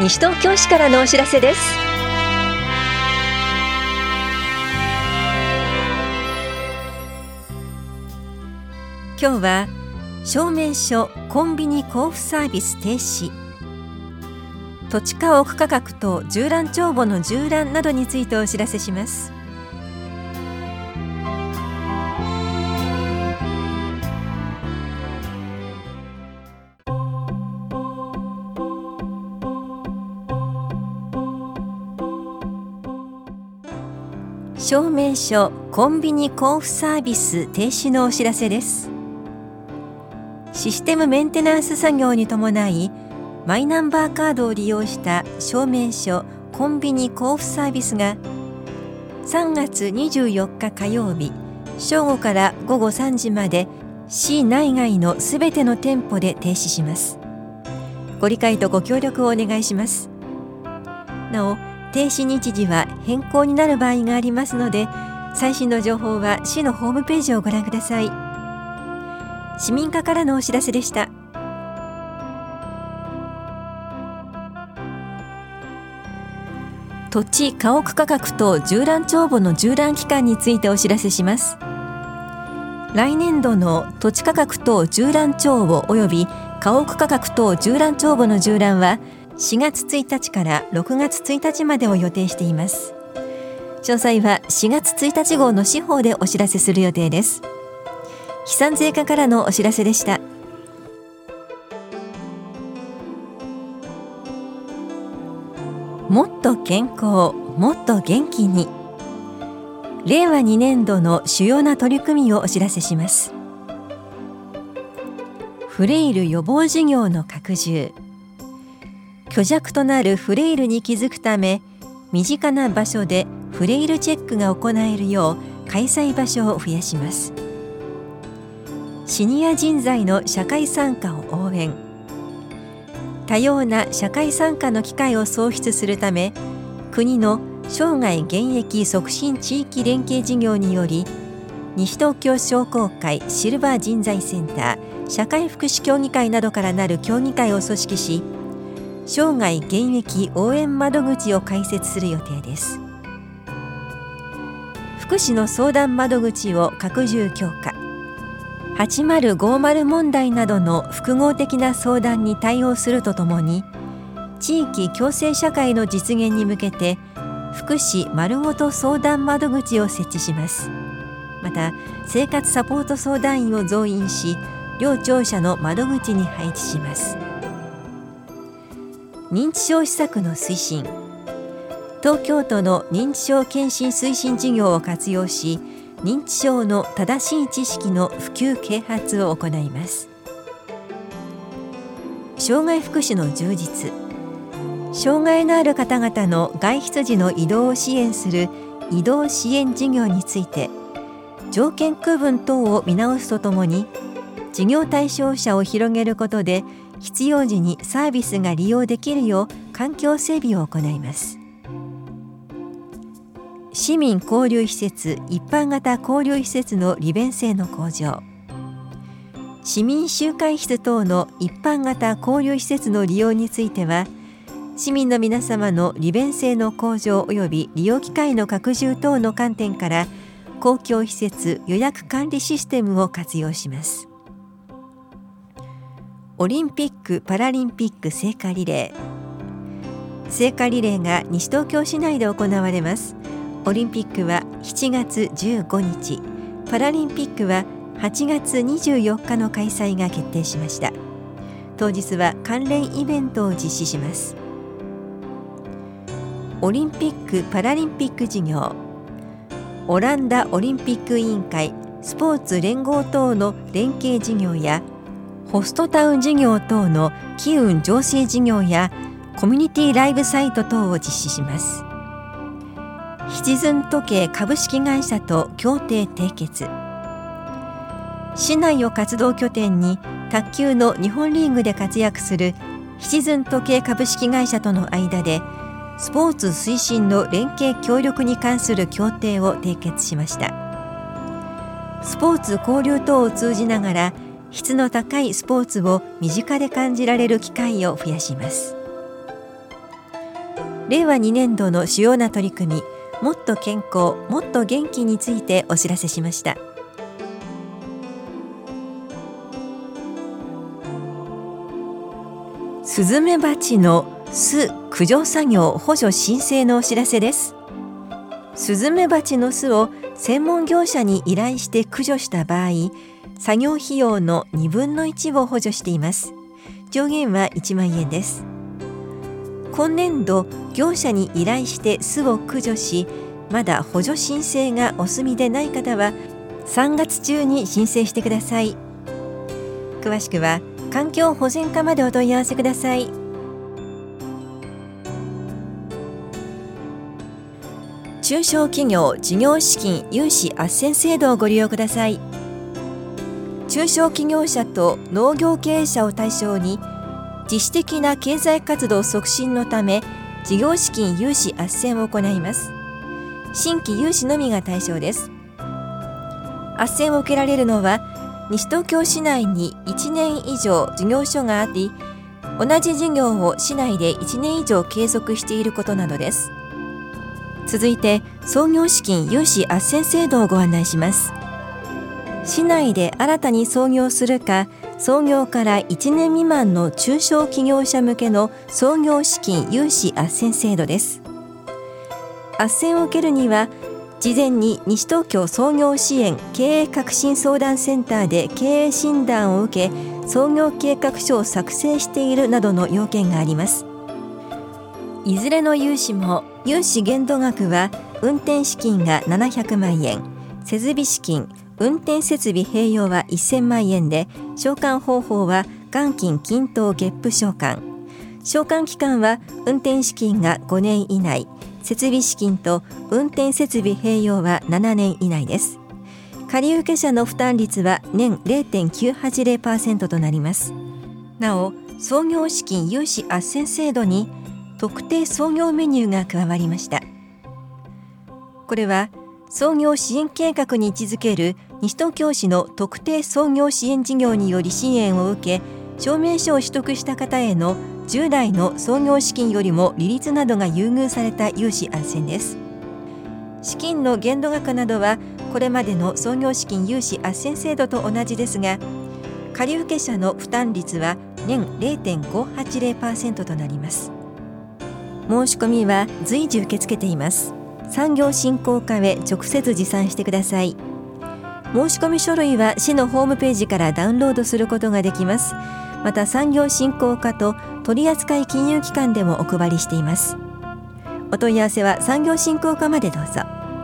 西東京市からのお知らせです。今日は証明書コンビニ交付サービス停止、土地家屋価格と縦覧帳簿の縦覧などについてお知らせします。証明書コンビニ交付サービス停止のお知らせです。システムメンテナンス作業に伴い、マイナンバーカードを利用した証明書コンビニ交付サービスが3月24日火曜日正午から午後3時まで市内外のすべての店舗で停止します。ご理解とご協力をお願いします。なお、停止日時は変更になる場合がありますので、最新の情報は市のホームページをご覧ください。市民課からのお知らせでした。土地家屋価格と縦覧帳簿の縦覧期間についてお知らせします。来年度の土地価格と縦覧帳簿及び家屋価格と縦覧帳簿の縦覧は4月1日から6月1日までを予定しています。詳細は4月1日号の市報でお知らせする予定です。飛散税課からのお知らせでした。もっと健康、もっと元気に、令和2年度の主要な取り組みをお知らせします。フレイル予防事業の拡充、虚弱となるフレイルに気づくため、身近な場所でフレイルチェックが行えるよう開催場所を増やします。シニア人材の社会参加を応援、多様な社会参加の機会を創出するため、国の生涯現役促進地域連携事業により、西東京商工会シルバー人材センター社会福祉協議会などからなる協議会を組織し、生涯現役応援窓口を開設する予定です。福祉の相談窓口を拡充強化、8050問題などの複合的な相談に対応するとともに、地域共生社会の実現に向けて福祉丸ごと相談窓口を設置します。また、生活サポート相談員を増員し、両庁舎の窓口に配置します。認知症施策の推進、東京都の認知症検診推進事業を活用し、認知症の正しい知識の普及啓発を行います。障害福祉の充実、障害のある方々の外出時の移動を支援する移動支援事業について、条件区分等を見直すとともに、事業対象者を広げることで必要時にサービスが利用できるよう環境整備を行います。市民交流施設、一般型交流施設の利便性の向上、市民集会室等の一般型交流施設の利用については、市民の皆様の利便性の向上及び利用機会の拡充等の観点から、公共施設予約管理システムを活用します。オリンピック・パラリンピック聖火リレー、聖火リレーが西東京市内で行われます。オリンピックは7月15日、パラリンピックは8月24日の開催が決定しました。当日は関連イベントを実施します。オリンピック・パラリンピック事業、オランダオリンピック委員会、スポーツ連合等の連携事業や、ホストタウン事業等の機運醸成事業やコミュニティライブサイト等を実施します。シチズン時計株式会社と協定締結、市内を活動拠点に卓球の日本リーグで活躍するシチズン時計株式会社との間でスポーツ推進の連携協力に関する協定を締結しました。スポーツ交流等を通じながら質の高いスポーツを身近で感じられる機会を増やします。 令和2年度の主要な取り組み、もっと健康、もっと元気についてお知らせしました。スズメバチの巣駆除作業補助申請のお知らせです。スズメバチの巣を専門業者に依頼して駆除した場合、作業費用の2分の1を補助しています。上限は1万円です。今年度、業者に依頼して巣を駆除し、まだ補助申請がお済みでない方は3月中に申請してください。詳しくは環境保全課までお問い合わせください。中小企業事業資金融資斡旋制度をご利用ください。中小企業者と農業経営者を対象に、自主的な経済活動促進のため事業資金融資斡旋を行います。新規融資のみが対象です。斡旋を受けられるのは、西東京市内に1年以上事業所があり、同じ事業を市内で1年以上継続していることなどです。続いて、創業資金融資斡旋制度をご案内します。市内で新たに創業するか、創業から1年未満の中小企業者向けの創業資金融資斡旋制度です。斡旋を受けるには、事前に西東京創業支援経営革新相談センターで経営診断を受け、創業計画書を作成しているなどの要件があります。いずれの融資も、融資限度額は運転資金が700万円、設備資金、運転設備併用は1000万円で、償還方法は元金均等月付償還。償還期間は運転資金が5年以内、設備資金と運転設備併用は7年以内です。借受者の負担率は年 0.980% となります。なお、創業資金融資斡旋制度に特定創業メニューが加わりました。これは創業支援計画に位置づける西東京市の特定創業支援事業により支援を受け、証明書を取得した方への従来の創業資金よりも利率などが優遇された融資斡旋です。資金の限度額などはこれまでの創業資金融資斡旋制度と同じですが、借受者の負担率は年 0.580% となります。申し込みは随時受け付けています。産業振興課へ直接持参してください。申し込み書類は市のホームページからダウンロードすることができます。また産業振興課と取扱金融機関でもお配りしています。お問い合わせは産業振興課までどうぞ。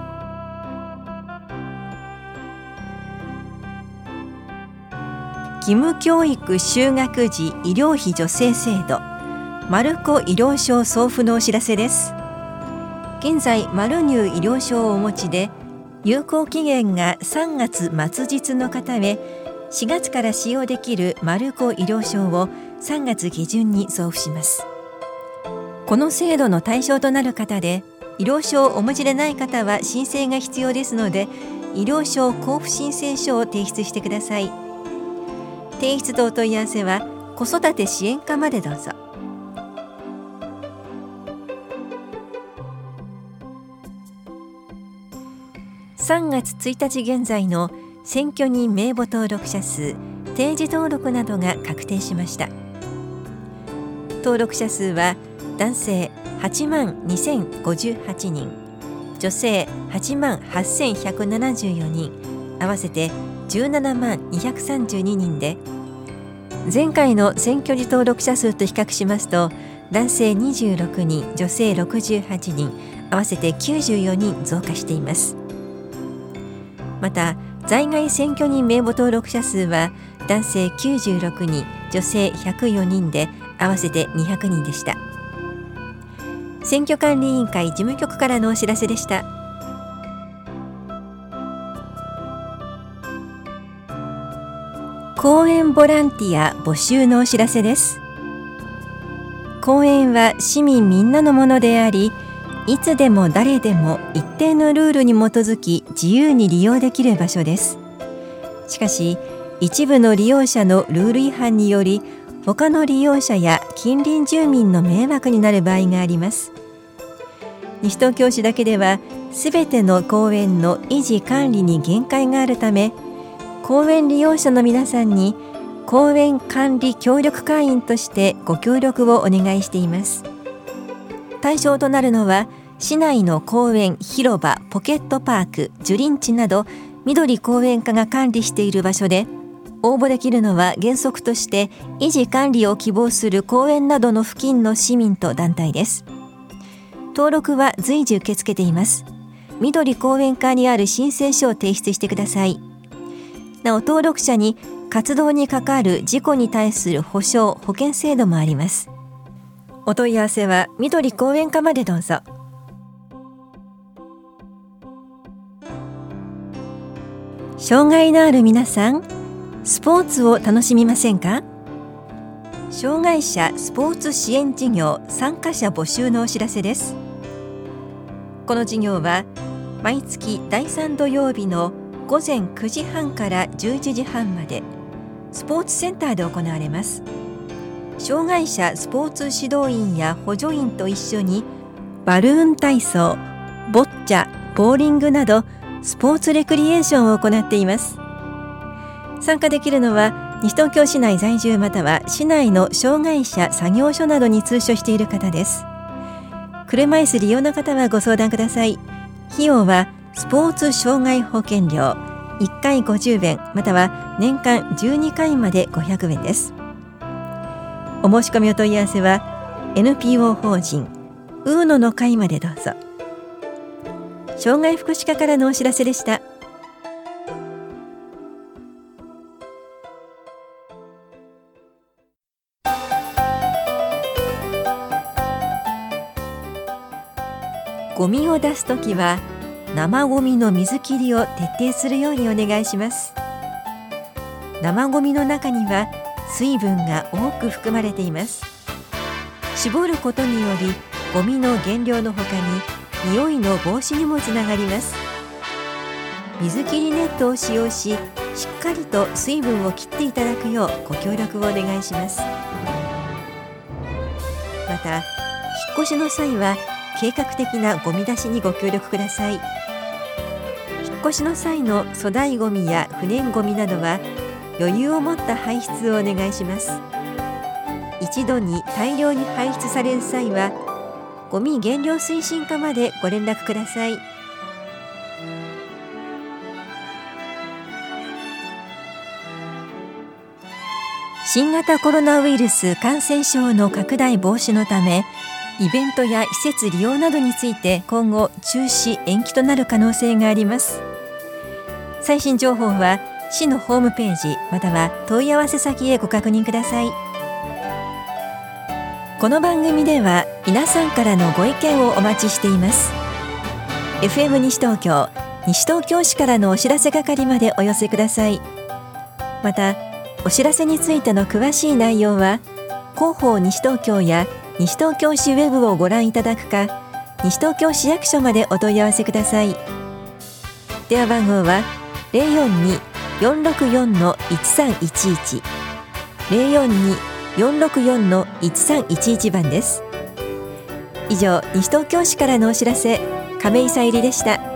義務教育就学時医療費助成制度、マルコ医療証送付のお知らせです。現在、マルニュー医療証をお持ちで、有効期限が3月末日の方へ、4月から使用できるマルコ医療証を3月下旬に送付します。この制度の対象となる方で、医療証をお持ちでない方は申請が必要ですので、医療証交付申請書を提出してください。提出とお問い合わせは子育て支援課までどうぞ。3月1日現在の選挙人名簿登録者数、定時登録などが確定しました。登録者数は男性8万2058人、女性8万8174人、合わせて17万232人で、前回の選挙時登録者数と比較しますと、男性26人、女性68人、合わせて94人増加しています。また、在外選挙人名簿登録者数は男性96人、女性104人で合わせて200人でした。選挙管理委員会事務局からのお知らせでした。公園ボランティア募集のお知らせです。公園は市民みんなのものであり、いつでも誰でも一定のルールに基づき自由に利用できる場所です。しかし、一部の利用者のルール違反により、他の利用者や近隣住民の迷惑になる場合があります。 西東京市だけではすべての公園の維持管理に限界があるため、公園利用者の皆さんに公園管理協力会員としてご協力をお願いしています。対象となるのは市内の公園、広場、ポケットパーク、樹林地など緑公園課が管理している場所で、応募できるのは原則として維持管理を希望する公園などの付近の市民と団体です。登録は随時受け付けています。緑公園課にある申請書を提出してください。なお、登録者に活動に関わる事故に対する保証・保険制度もあります。お問い合わせは緑公園課までどうぞ。障害のある皆さん、スポーツを楽しみませんか？障害者スポーツ支援事業参加者募集のお知らせです。この事業は毎月第3土曜日の午前9時半から11時半までスポーツセンターで行われます。障害者スポーツ指導員や補助員と一緒にバルーン体操、ボッチャ、ボーリングなどスポーツレクリエーションを行っています。参加できるのは西東京市内在住または市内の障害者作業所などに通所している方です。車椅子利用の方はご相談ください。費用はスポーツ障害保険料1回50円または年間12回まで500円です。お申し込みお問い合わせは NPO 法人ウーノの会までどうぞ。障害福祉課からのお知らせでした。ゴミを出すときは生ゴミの水切りを徹底するようにお願いします。生ゴミの中には水分が多く含まれています。絞ることによりゴミの減量のほかに匂いの防止にもつながります。水切りネットを使用し、しっかりと水分を切っていただくようご協力をお願いします。また、引っ越しの際は計画的なゴミ出しにご協力ください。引っ越しの際の粗大ゴミや不燃ゴミなどは余裕を持った排出をお願いします。一度に大量に排出される際はゴミ減量推進課までご連絡ください。新型コロナウイルス感染症の拡大防止のため、イベントや施設利用などについて今後中止・延期となる可能性があります。最新情報は市のホームページまたは問い合わせ先へご確認ください。この番組では皆さんからのご意見をお待ちしています。 FM 西東京、西東京市からのお知らせ係までお寄せください。またお知らせについての詳しい内容は広報西東京や西東京市ウェブをご覧いただくか、西東京市役所までお問い合わせください。電話番号は 042-464-1311 042-464-1311 番です。以上、西東京市からのお知らせ、亀井さゆりでした。